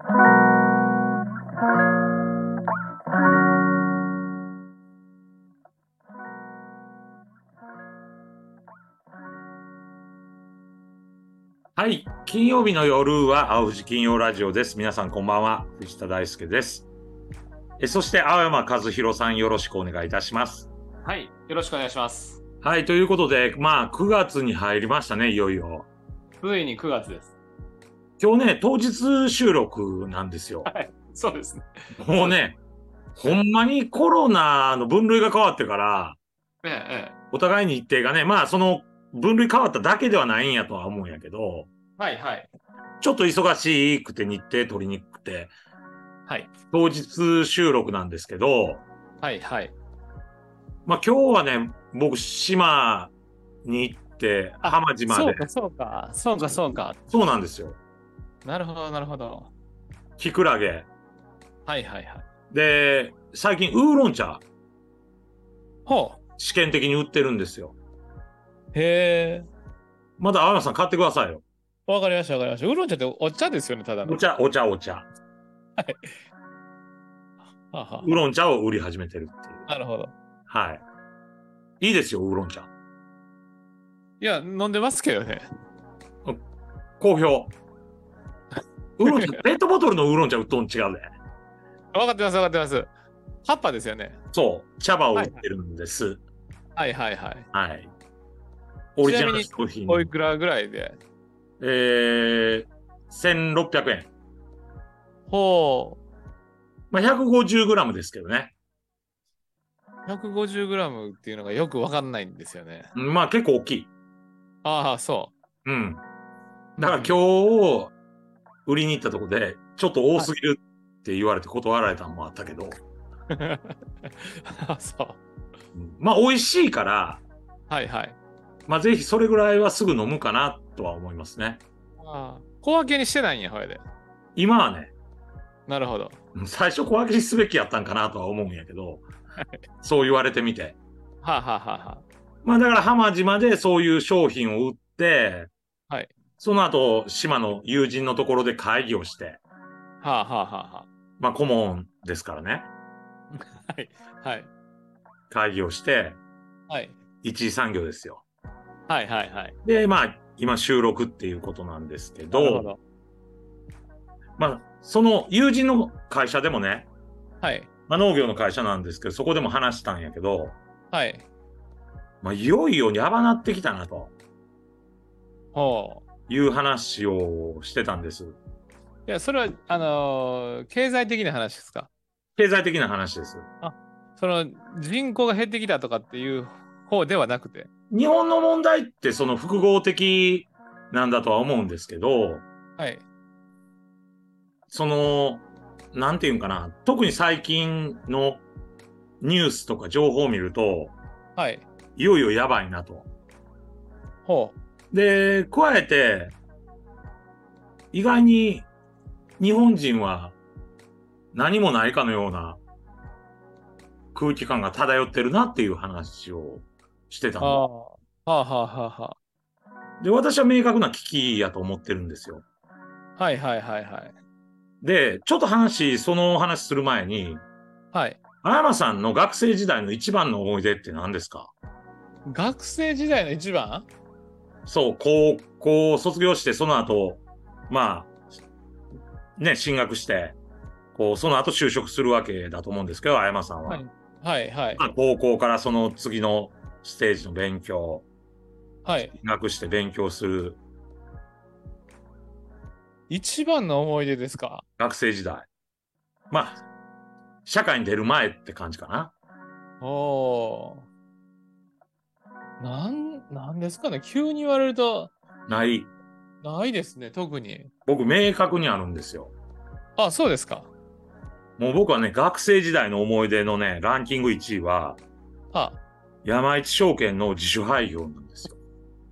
はい。金曜日の夜は青藤金曜ラジオです。皆さんこんばんは。藤田大輔です。そして青山和弘さんよろしくお願いいたします。 はい。よろしくお願いします。 はい。ということで、9月に入りましたね、いよいよ。 ついに9月です。 今日ね、当日収録なんですよ。 はい。そうですね。 もうね、ほんまにコロナの分類が変わってから、お互いに日程がね、その分類変わっただけではないんやとは思うんやけど、 はいはい。 ちょっと忙しくて日程取りにくくて、 はい。 当日収録なんですけど、 はいはい。 今日はね、僕、島に行って、浜島で。 そうか。 そうなんですよ。 なるほど、なるほど。 キクラゲ。 はいはいはい。 で、最近、ウーロン茶、 ほ試験的に売ってるんですよ。 う。へえ。 まだ、青山さん買ってくださいよ。 わかりました、わかりました。ウーロン茶ってお茶ですよね、ただの。 お茶。 はい。ははは。 ウーロン茶を売り始めてるっていう。 なるほど。 はい。いいですよ、ウーロン茶。 いや、飲んでますけどね。 好評。ウーロン茶、ペットボトルのウーロン茶売っとん違うで。 わかってます、わかってます。葉っぱですよね。 そう、茶葉を売ってるんです。 はいはいはい。 はい。オリジナルちなみに、 商品。 おいくらぐらいで。 1600円。 ほ 150グラムですけどね。 う。150グラムっていうのがよくわかんないんですよね。 結構大きい。 ああ、そうん。 う。 だから今日、売りに行ったとこで、ちょっと多すぎるって言われて断られたのもあったけど。 あ、そう。 美味しいから、 はいはい。 ぜひそれぐらいはすぐ飲むかなとは思いますね。 ああ、小分けにしてないんや、ほやで。 今はね、 なるほど。 最初小分けにすべきやったんかなとは思うんやけど、そう言われてみて。 はあ、はあはあはだから浜島でそういう商品を売って、 あ、はい。 その後、島の友人のところで会議をして、 はあはあはあは顧問ですからね。 あ。はい。はい。 会議をして、 はい。 一次産業ですよ。 はいはいはい。 で、今収録っていうことなんですけど、 なるほど。 その友人の会社でもね、 はい。 農業の会社なんですけど、そこでも話したんやけど、 はい。 いよいよやばなってきたなとほう。 いう話をしてたんです。 いや、それは、経済的な話ですか？ 経済的な話です。 あ、その、人口が減ってきたとかっていう方ではなくて。 日本の問題ってその複合的なんだとは思うんですけど、 はい。 その、なんていうんかな、特に最近のニュースとか情報を見ると、 はい。 いよいよやばいなと。 ほで、加えて、意外に日本人は何もないかのような空気感が漂ってるなっていう話をしてたう。あんです。 あ。はあはあはあはで、私は明確な危機やと思ってるんですよ。 あ。はいはいはいはい。 で、ちょっとその話する前に、 はい。 あやまさんの学生時代の一番の思い出って何ですか？ 学生時代の一番？ そう、高校を卒業して、その後、ま進学して、その後就職するわけだと思うんですけど、あやまさんは。 はい。はいはい。 高校からその次のステージの勉強、 はい。 進学して勉強する一番の思い出ですか？ 学生時代。まあ、社会に出る前って感じかな。 おー。なんですかね。急に言われると、 ない。 ないですね、特に。 僕、明確にあるんですよ。 あ、そうですか。 もう僕はね、学生時代の思い出のね、ランキング1位は、 は山一証券の自主廃業なんですよ。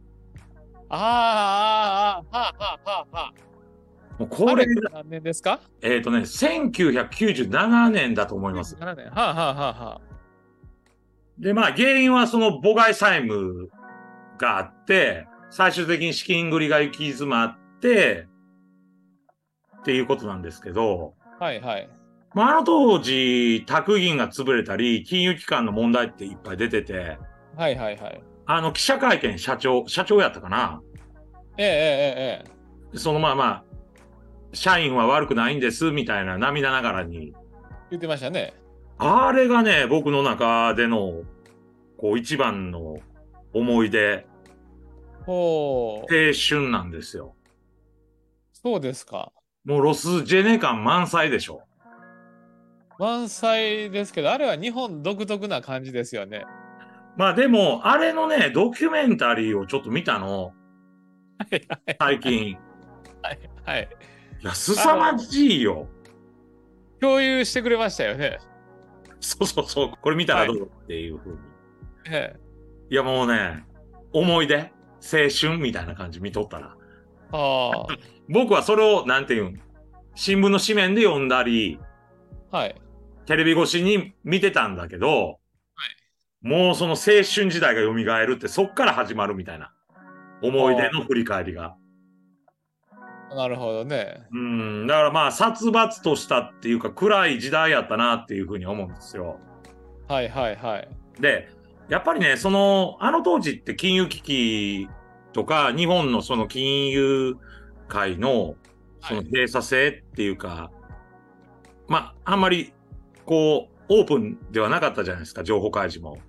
あ。ああ、ああ、はあ、はあ、はあ、はもうあ。あれ、 これが、 何年ですか 1997年だと思います。 ？97年。はあ、はあ、はあ、はで、原因はその母外債務があって、最終的に資金繰りが行き詰まって、 っていうことなんですけど、 はいはい。 まあ、あの当時、宅銀が潰れたり、金融機関の問題っていっぱい出てて、 はいはいはい。 記者会見社長やったかな。 ええええええ。 そのまあまあ、社員は悪くないんです、みたいな涙ながらに。 言ってましたね。 あれがね、僕の中での、こう、一番の思い出、 ほう。 青春なんですよ。 そうですか。 もうロスジェネ感満載でしょ。 満載ですけど、あれは日本独特な感じですよね。 まあでも、あれのね、ドキュメンタリーをちょっと見たの、 はいはい最近。 はい。はい。 いや、凄まじいよ。 共有してくれましたよね。 そうそうそう、これ見たらはい。 どうっていう風に。 ええ。 いやもうね、思い出、青春みたいな感じ見とったら。 あ僕はそれを、なんていうん、新聞の紙面で読んだり、 あ。はい。 テレビ越しに見てたんだけど、 はい。 もうその青春時代が蘇るってそっから始まるみたいな思い出の振り返りが。 ああ。なるほどね。 うん、だからまあ殺伐としたっていうか暗い時代やったなっていうふうに思うんですよ。 はいはいはい。 で、やっぱりね、あの当時って金融危機とか日本のその金融界のそのはい。 閉鎖性っていうか、まああんまりこうオープンではなかったじゃないですか、情報開示も。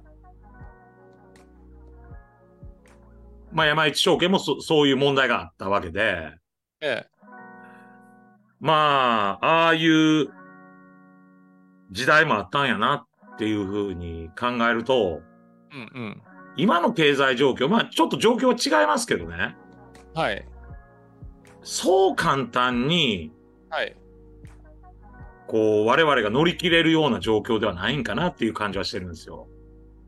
まあ山一証券もそういう問題があったわけで、 ええ。 まあ、ああいう時代もあったんやなっていうふうに考えると、 うんうん。 今の経済状況、まあちょっと状況は違いますけどね、 はい。 そう簡単に、 はい。 こう、我々が乗り切れるような状況ではないんかなっていう感じはしてるんですよ。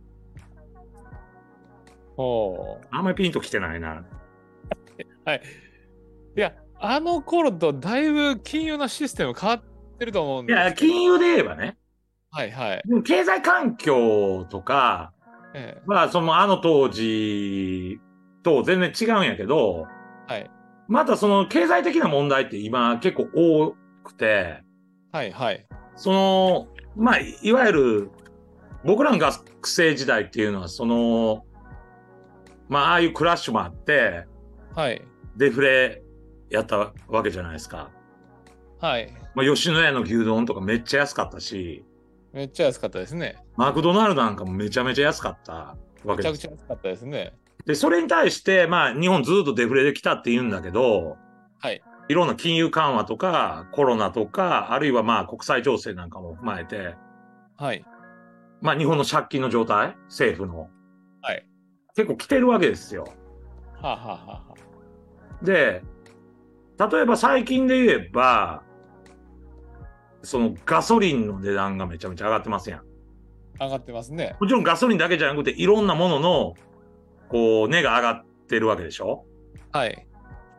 ほう。 あんまりピンときてないな。 はい。いや、あの頃とだいぶ金融のシステム変わってると思うんでいや、 すけど。 金融で言えばね、 はいはい。 でも経済環境とか、 ええ。 まあ、あの当時と全然違うんやけど、 はい。 またその経済的な問題って今結構多くて、 はいはい。 まあ、いわゆる僕らの学生時代っていうのは、まあ、ああいうクラッシュもあって、 はい。 デフレやったわけじゃないですか。 はい。 まあ、吉野家の牛丼とかめっちゃ安かったし、 めっちゃ安かったですね。 マクドナルドなんかもめちゃめちゃ安かったわめちゃくけです。 ちゃ安かったですね。 で、それに対して、まあ、日本ずっとデフレで来たって言うんだけど、 はい。 いろんな金融緩和とか、コロナとか、あるいはまあ、国際情勢なんかも踏まえて、 はい。 まあ、日本の借金の状態、政府の、 はい。 結構来てるわけですよ。 はあ、はあはあはで、例えば最近で言えば、そのガソリンの値段がめちゃめちゃ上がってますやん。 あ、上がってますね。 もちろんガソリンだけじゃなくて、いろんなものの、こう、値が上がってるわけでしょ。 はい。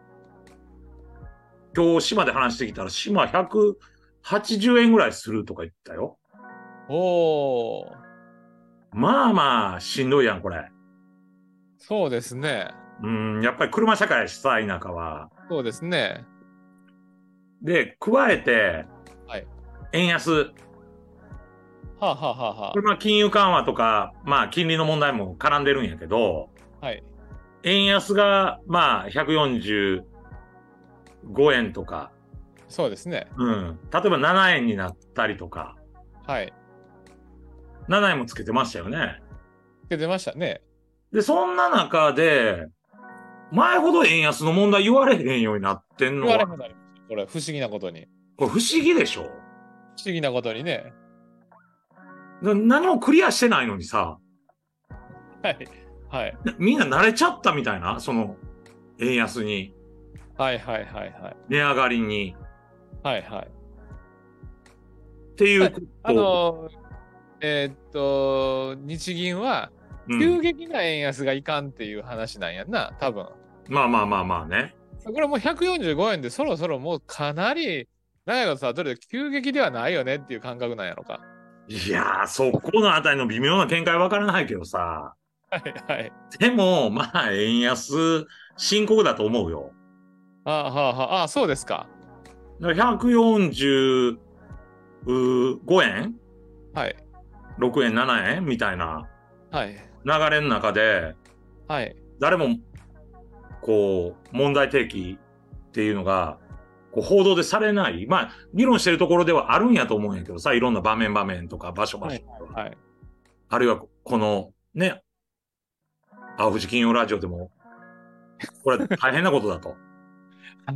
今日、島で話してきたら、島180円ぐらいするとか言ったよ。 おー。 まあまあ、しんどいやん、これ。 そうですね。 やっぱり車社会やしさ、田舎は。 そうですね。 で、加えて、 はい。 円安。 はあ、はあはあはこれまあ金融緩和とか、まあ金利の問題も絡んでるんやけど、 あ。はい。 円安がまあ145円とか、 そうですね。 例えば7円になったりとか、 はい。 7円もつけてましたよね。 出ましたね。 で、そんな中で、前ほど円安の問題言われへんようになってんのは、 言われへんなりました。これ、不思議なことに。 これ不思議でしょ。 不思議なことにね。 何もクリアしてないのにさ、 はい。はい。 みんな慣れちゃったみたいな、円安に、 はいはいはいはい。 値上がりに、 はいはい。 っていうこあとを、 の、日銀は、 うん。 急激な円安がいかんっていう話なんやんな、多分。 まあまあまあまあね。 これもう145円でそろそろもうかなり長いことさ、どれ急激ではないよねっていう感覚なんやろか。 いやー、そこのあたりの微妙な見解わからないけどさ。 はいはい。 でも、まあ、円安、深刻だと思うよ。 ああ、はあ、はあ、ああ、そうですか。 だから145円はい。 ?6 円、7円みたいなはい。 流れの中で、 はい。 誰も、こう、問題提起っていうのが、こう報道でされない。まあ、議論してるところではあるんやと思うんやけどさ、いろんな場面場面とか場所場はい。 所とか。 はい。 あるいは、この、ね、青藤金曜ラジオでも、これ大変なことだと。 はい。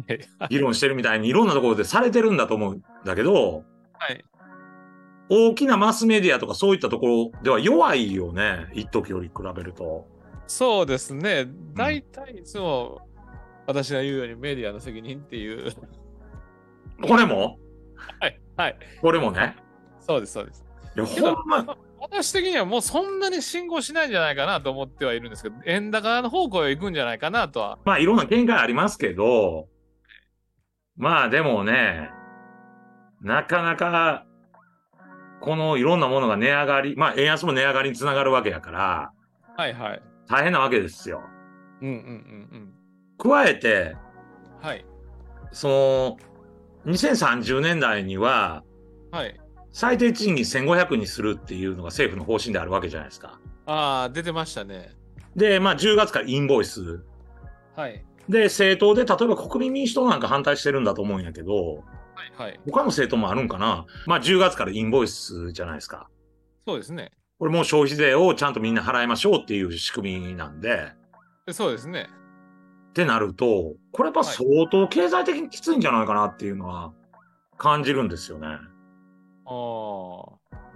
議論してるみたいにいろんなところでされてるんだと思うんだけど、 はい。 大きなマスメディアとかそういったところでは弱いよね。一時より比べると。 そうですね。 うん、 大体いつも私が言うようにメディアの責任っていう。 これもはい。はい。 これもね。 そうです、そうです。 いや、 けど、 ほんま、 私的にはもうそんなに進行しないんじゃないかなと思ってはいるんですけど、円高の方向へ行くんじゃないかなとは。 まあいろんな見解ありますけど、まあでもね、なかなか、このいろんなものが値上がり、まあ円安も値上がりにつながるわけやから、 はいはい。 大変なわけですよ。 うんうんうん加えて、 うん。はい。 その、2030年代には、 はい。 最低賃金1500にするっていうのが政府の方針であるわけじゃないですか。 ああ、出てましたね。 で、まあ10月からインボイス。 はい。 で、政党で、例えば国民民主党なんか反対してるんだと思うんやけど、 はいはい。 他の政党もあるんかな。まあ10月からインボイスじゃないですか。 そうですね。 これもう消費税をちゃんとみんな払いましょうっていう仕組みなんで、 そうですね。 ってなると、これやっぱはい。 相当経済的にきついんじゃないかなっていうのは感じるんですよね。 あうん。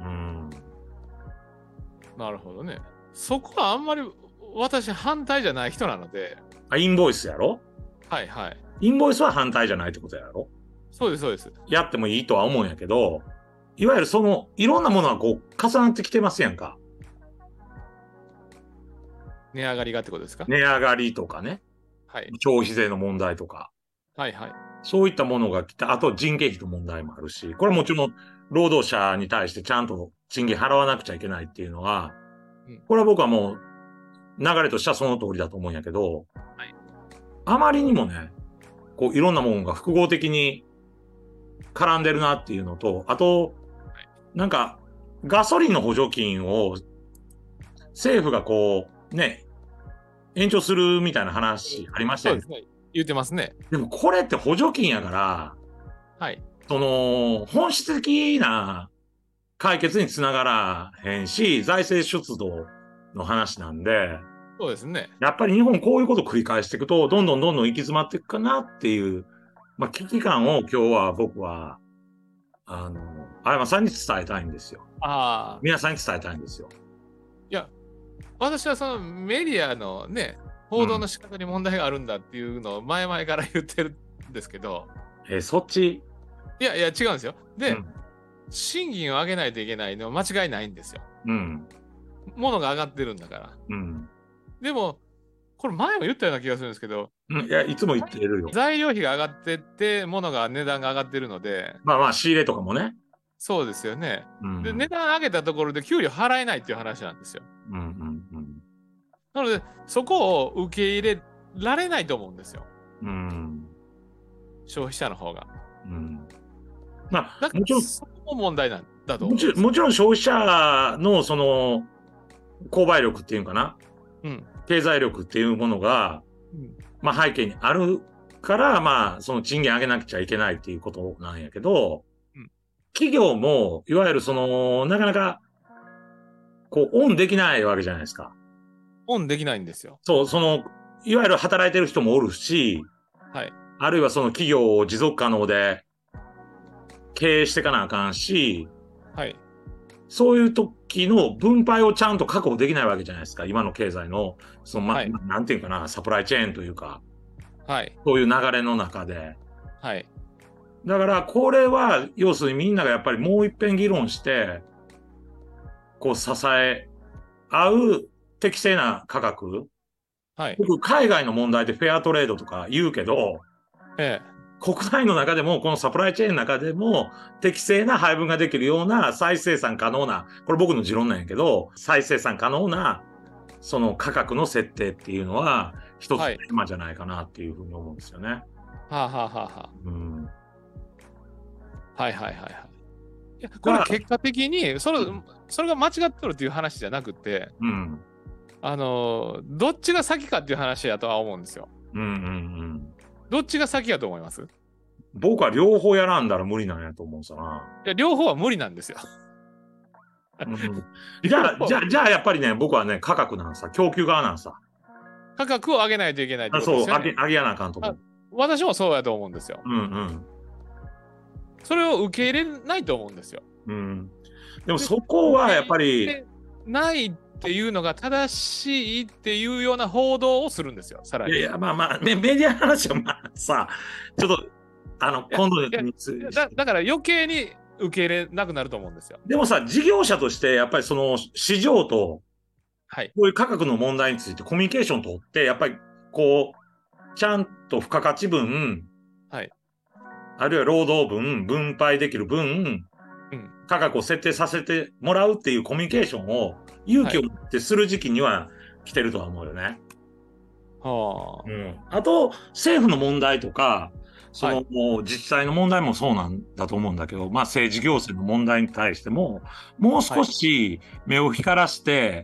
あ、なるほどね。そこはあんまり私反対じゃない人なので、 あ、インボイスやろ？ はいはい。 インボイスは反対じゃないってことやろ？ そうです、そうです。 やってもいいとは思うんやけど、いわゆるその、いろんなものがこう重なってきてますやんか。 値上がりがってことですか？ 値上がりとかね。 はい。 消費税の問題とか。 はいはい。 そういったものが来た。あと人件費の問題もあるし、これはもちろん労働者に対してちゃんと賃金払わなくちゃいけないっていうのは、 うん。 これは僕はもう流れとしてはその通りだと思うんやけど、 はい。 あまりにもね、こういろんなものが複合的に絡んでるなっていうのと、あと、なんかガソリンの補助金を政府がこうね、延長するみたいな話ありましたよね。 そうですね。言ってますね。 でもこれって補助金やから、 はい。 その本質的な解決につながらへんし、財政出動の話なんで、 そうですね。 やっぱり日本こういうことを繰り返していくと、どんどんどんどん行き詰まっていくかなっていう、まあ、危機感を今日は僕は、あやまさんに伝えたいんですよ。 ああ。 皆さんに伝えたいんですよ。 いや、私はそのメディアのね、報道のうん。 仕方に問題があるんだっていうのを前々から言ってるんですけど、 そっち、 いやいや違うんですよ。で、 うん、 賃金を上げないといけないのは間違いないんですよ。 うん、 物が上がってるんだから。 うん。 でも、これ前も言ったような気がするんですけど、 うん、いや、いつも言ってるよ。 材料費が上がってって、物が値段が上がってるので、 まあまあ、仕入れとかもね。 そうですよね。で、 うん、 値段上げたところで給料払えないっていう話なんですよ。 うん、うん、うん。 なので、そこを受け入れられないと思うんですよ。 うん、 消費者の方が。 うん。まあ、 だから、 もちろん、 そこも問題なんだと思うんですよ。 もちろん消費者のその購買力っていうのかな、 うん。 経済力っていうものが、 うん。 まあ背景にあるから、まあその賃金上げなくちゃいけないっていうことなんやけど、 うん。 企業もいわゆるその、なかなかこうオンできないわけじゃないですか。 オンできないんですよ。 そう、その、いわゆる働いてる人もおるし、 はい。 あるいはその企業を持続可能で経営していかなあかんし、 はい。 そういう時の分配をちゃんと確保できないわけじゃないですか。今の経済の、その、 はい。 なんていうかな、サプライチェーンというか、 はい。 そういう流れの中で。 はい。 だから、これは、要するにみんながやっぱりもう一遍議論して、こう支え合う適正な価格。 はい。 僕、海外の問題でフェアトレードとか言うけど、 え国内の中でも、このサプライチェーンの中でも、適正な配分ができるような再生産可能な、これ僕の持論なんやけど、再生産可能な、その価格の設定っていうのは、一つはい。 テーマじゃないかなっていうふうに思うんですよね。 はあ、はあはあはあ。 うん。 はいはいはいはい。いや、こだから、 れ結果的に、それが間違っとるっていう話じゃなくて、 うん。 どっちが先かっていう話やとは思うんですよ。 うんうんうん。 どっちが先やと思います？い僕は両方やらんだら無理なんやと思うさな。 や、両方は無理なんですよ。 うん。 両方はじゃあやっぱりね、僕はね、価格なんさ、供給側なんさ。 価格を上げないといけないってあ、そう、 ことですよね。 上げやなあかんと思あ、 う。 私もそうやと思うんですよ。 うんうん。 それを受け入れないと思うんですよ。 うん。でもで、 そこはやっ受けぱり、 入れないっていうのが正しいっていうような報道をするんですよ、さらに。 いやいや、まあまあ、メディアの話はまあさ、ちょっと、 いや、 今度いや、 にだから余計に受け入れなくなると思うんですよ。 でもさ、事業者として、やっぱりその市場と、 はい。 こういう価格の問題についてコミュニケーション取って、やっぱりこう、ちゃんと付加価値分、 はい。 あるいは労働分、分配できる分、 うん。 価格を設定させてもらうっていうコミュニケーションを勇はい。 気を持ってする時期には来てるとは思うよね。 はうん。あと、政府の問題とか、 あ。はい。 もう自治体の問題もそうなんだと思うんだけど、まあ政治行政の問題に対しても、もう少はい。 し目を光らして、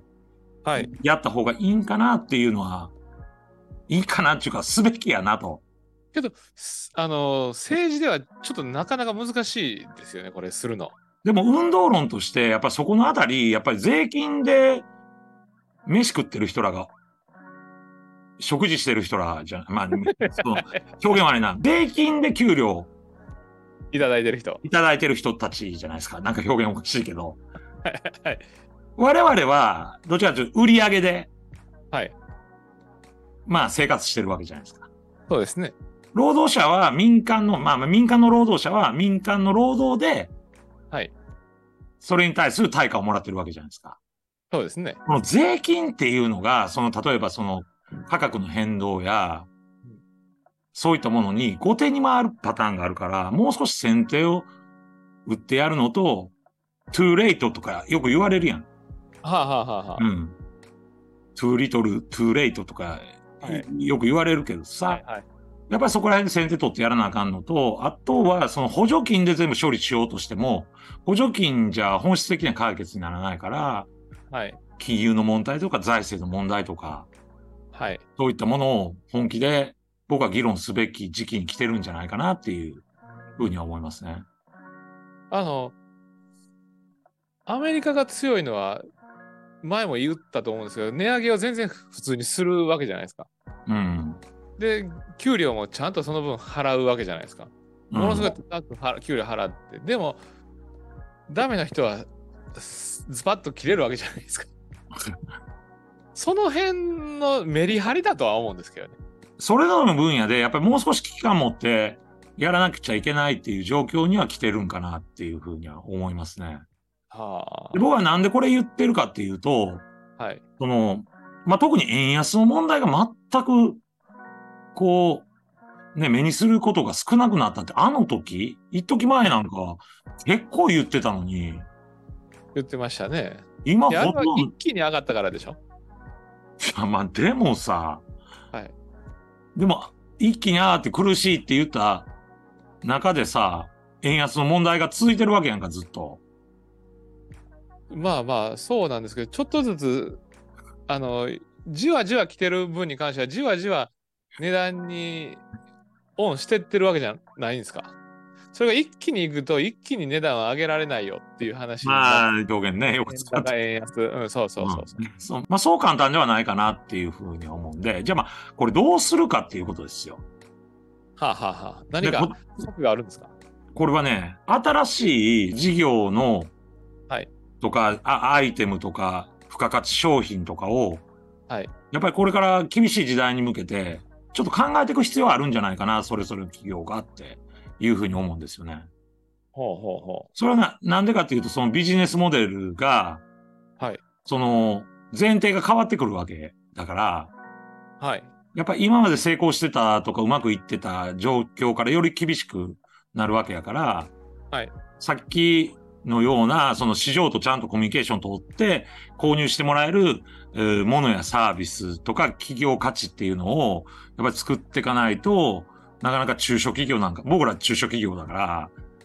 はい。 やった方がいいんかなっていうのは、いいかなっていうか、すべきやなと。 けど、政治ではちょっとなかなか難しいですよね、これするの。 でも運動論として、やっぱそこのあたり、やっぱり税金で飯食ってる人らが、食事してる人らじゃ、まあ、その、表現はあれな、税金で給料いただいてる人。 いただいてる人たちじゃないですか。なんか表現おかしいけど。 はい。 我々は、どちらかというと売り上げで、 はい。 まあ生活してるわけじゃないですか。 そうですね。 労働者は民間の、まあ民間の労働者は民間の労働で、 はい。 それに対する対価をもらってるわけじゃないですか。 そうですね。 この税金っていうのが、例えば価格の変動や、そういったものに後手に回るパターンがあるから、もう少し先手を打ってやるのと、トゥーレイトとかよく言われるやん。 はあ、はあはあはうん。トゥーリトル、トゥーレイトとかあ、はい。 よく言われるけどさ、 はい。はい。 やっぱりそこら辺で先手取ってやらなあかんのと、あとはその補助金で全部処理しようとしても、補助金じゃ本質的な解決にならないから、 はい。 金融の問題とか財政の問題とか、 はい。 そういったものを本気で僕は議論すべき時期に来てるんじゃないかなっていうふうには思いますね。 あの、アメリカが強いのは、前も言ったと思うんですけど、値上げを全然普通にするわけじゃないですか。 うん。 で、給料もちゃんとその分払うわけじゃないですか。 うん。 ものすごい高く給料払って。でも、ダメな人はズパッと切れるわけじゃないですか。その辺のメリハリだとは思うんですけどね。 それぞれの分野でやっぱりもう少し危機感持ってやらなくちゃいけないっていう状況には来てるんかなっていうふうには思いますね。で僕ははなんでこれ言ってるかっていうと、 あ。はい。 その、まあ、特に円安の問題が全く、こね、目にすることが少なくなったって、あの時、一時前なんか、結構言ってたのに、 言ってましたね。いや、あれ今ほとは一んど、 気に上がったからでしょ。 いや、まあ、でもさ、 はい。 でも、一気にあーって苦しいって言った中でさ、円安の問題が続いてるわけやんか、ずっと。 まあまあ、そうなんですけど、ちょっとずつ、あの、じわじわ来てる分に関しては、じわじわ値段にオンしてってるわけじゃないんですか。それが一気に行くと、一気に値段を上げられないよっていう話になって、 まあ、表現ね、よく円使って。 高、円安、うん、そうそうそうそう。 まあ、そう簡単ではないかなっていうふうに思うんで、じゃあまあ、これどうするかっていうことですよ。 はあはあはあ。何で、 か策があるんですか？ これはね、新しい事業のはい。 とか、アイテムとか、付加価値商品とかを、 はい。 やっぱりこれから厳しい時代に向けて、ちょっと考えていく必要はあるんじゃないかな、それぞれの企業がっていうふうに思うんですよね。 ほうほうほそれはなんでかっていうと、そのビジネスモデルが、 う。はい。 その前提が変わってくるわけだから、 はい。 やっぱり今まで成功してたとかうまくいってた状況からより厳しくなるわけやから、 はい。 さっきのような、その市場とちゃんとコミュニケーションを取って購入してもらえる、ものやサービスとか企業価値っていうのをやっぱり作っていかないと、なかなか中小企業なんか、僕ら中小企業だから、 はい。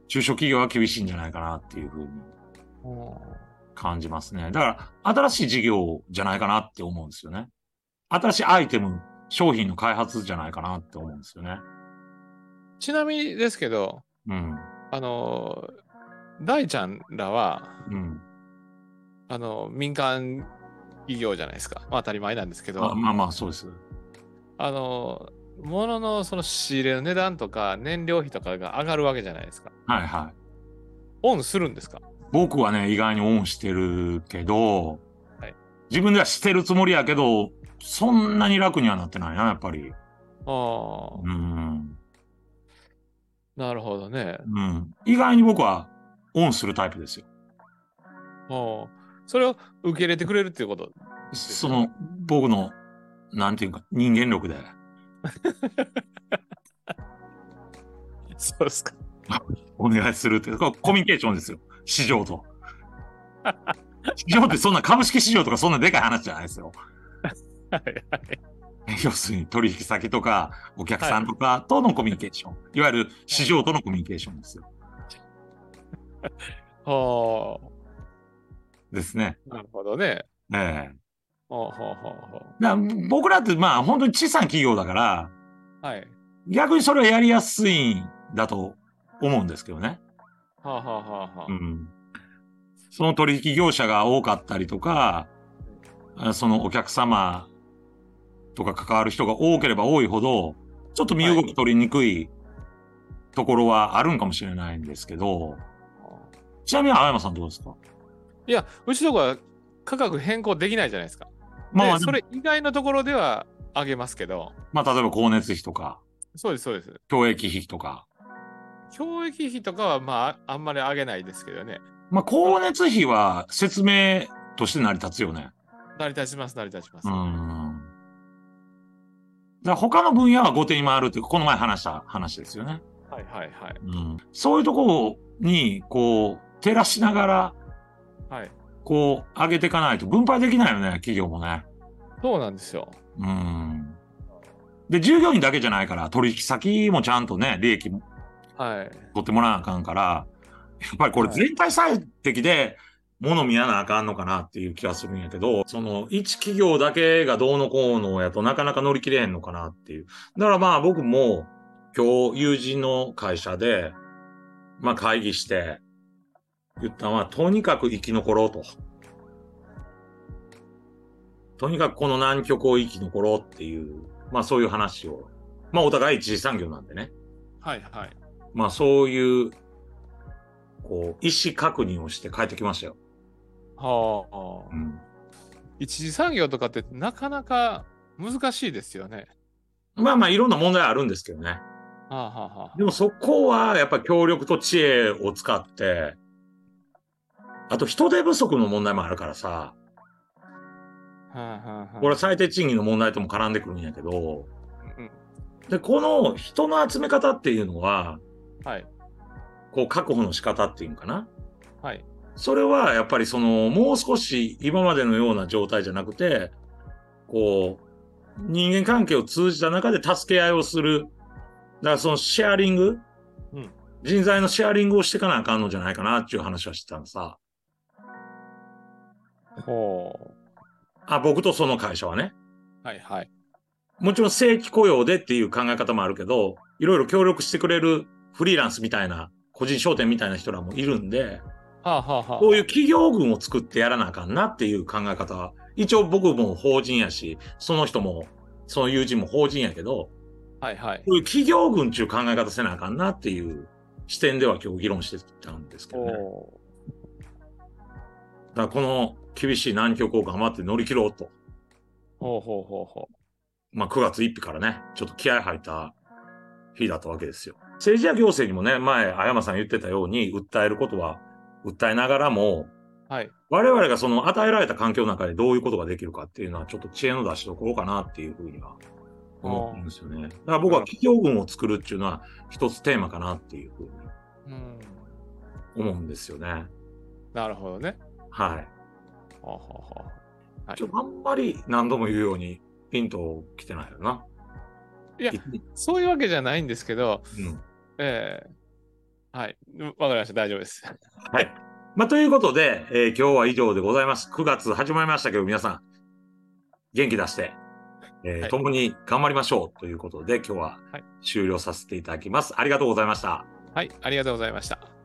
中小企業は厳しいんじゃないかなっていうふうに感じますね。だから、新しい事業じゃないかなって思うんですよね。新しいアイテム、商品の開発じゃないかなって思うんですよね。 ちなみにですけど、 うん。 大ちゃんらは、 うん。 民間企業じゃないですか。まあ当たり前なんですけど、 まあまあ、そうです。 物のその仕入れの値段とか燃料費とかが上がるわけじゃないですか。 はいはい。 オンするんですか？ 僕はね、意外にオンしてるけど、 はい。 自分ではしてるつもりやけど、そんなに楽にはなってないな、やっぱり。 ああ、 うん。 なるほどね。 うん。意外に僕はオンするタイプですよ。 それを受け入れてくれるっていうことですその、 よね。 僕の、なんていうか、人間力で、 そうですか。 お願いするっていう、これコミュニケーションですよ。市場と。市場ってそんな株式市場とかそんなでかい話じゃないですよ。 はい要するに取引先とかお客はい。 さんとかとのコミュニケーション。いわゆる市場とのコミュニケーションですよ。 はですね。 あ、なるほどね。 ええ。 ほうほうほうほう。 だから僕らってまあ本当に小さな企業だから、 はい。 逆にそれはやりやすいんだと思うんですけどね。 はあはあはあはあ。 うん。その取引業者が多かったりとか、そのお客様とか関わる人が多ければ多いほど、ちょっと身はい。 動き取りにくいところはあるんかもしれないんですけど、ちなみに青山さんどうですか？ いや、うちの子は価格変更できないじゃないですか。で、 まあまあ、でもそれ以外のところでは上げますけど、 まあ例えば光熱費とか、 そうです、そうです。 教育費とか。 教育費とかは、まあ、あんまり上げないですけどね。 まあまあ、 光熱費は説明として成り立つよね。 成り立ちます、成り立ちまうす。 ん。だから他の分野は後手に回るっていう、この前話した話ですよね。 はいはいはい。 うん。そういうところに、こう、照らしながら、 はい。 こう、上げていかないと分配できないよね、企業もね。 そうなんですよ。 うん。で、従業員だけじゃないから、取引先もちゃんとね、利益はい。 取ってもらわなあかんから、やっぱりこれはい。 全体最適で、物見やなあかんのかなっていう気がするんやけど、その一企業だけがどうのこうのやとなかなか乗り切れへんのかなっていう。だからまあ僕も今日友人の会社で、まあ会議して言ったのは、とにかく生き残ろうと。とにかくこの南極を生き残ろうっていう、まあそういう話を。まあお互い一次産業なんでね。 はいはい。 まあそういう、こう、意思確認をして帰ってきましたよ。 はあ。 うん。 一次産業とかってなかなか難しいですよね。 まあまあいろんな問題あるんですけどね。 はあはあはあはでもそこはやっぱり協力と知恵を使って、あと人手不足の問題もあるからさ、 あ。はあはあはあ。 これは最低賃金の問題とも絡んでくるんやけど、 うん。 で、この人の集め方っていうのは、 はい。 こう確保の仕方っていうのかな。 はい。 それはやっぱりその、もう少し今までのような状態じゃなくて、こう、人間関係を通じた中で助け合いをする。だからそのシェアリング、 うん。 人材のシェアリングをしていかなあかんのじゃないかなっていう話はしてたのさ。 ほ僕とその会社はね。 う。はいはい。 もちろん正規雇用でっていう考え方もあるけど、いろいろ協力してくれるフリーランスみたいな、個人商店みたいな人らもいるんで、 はあはあはあそういうは企業群を作ってやらなあかんなっていう考え方は、一応僕も法人やし、その人も、その友人も法人やけど、 あ。はいはい。 こういう企業群っていう考え方せなあかんなっていう視点では今日議論してたんですけどね。だかほらこの厳しい南極を頑張って乗り切ろうと。 ほうほうほうほまあ9月1日からね、ちょっと気合入った日だったわけですよ。政治や行政にもね、前、あやまさん言ってたように、訴えることは訴えながらも、 う。はい。 我々がその与えられた環境の中でどういうことができるかっていうのは、ちょっと知恵の出しどころかなっていうふうには思ってるんですよね。だから僕は企業群を作るっていうのは一つテーマかなっていうふうにうん。 思うんですよね。 なるほどね。 はい。 ほうほうほう。はい。 あんまり何度も言うようにピンと来てないよな。 いや、そういうわけじゃないんですけど、 うん。 ええはい。わかりました。大丈夫です。 はい。まあ、ということで、今日は以上でございます。9月始まりましたけど、皆さん、元気出して、 はい。 共に頑張りましょうということで、今日ははい。 終了させていただきます。ありがとうございました。 はい。ありがとうございました。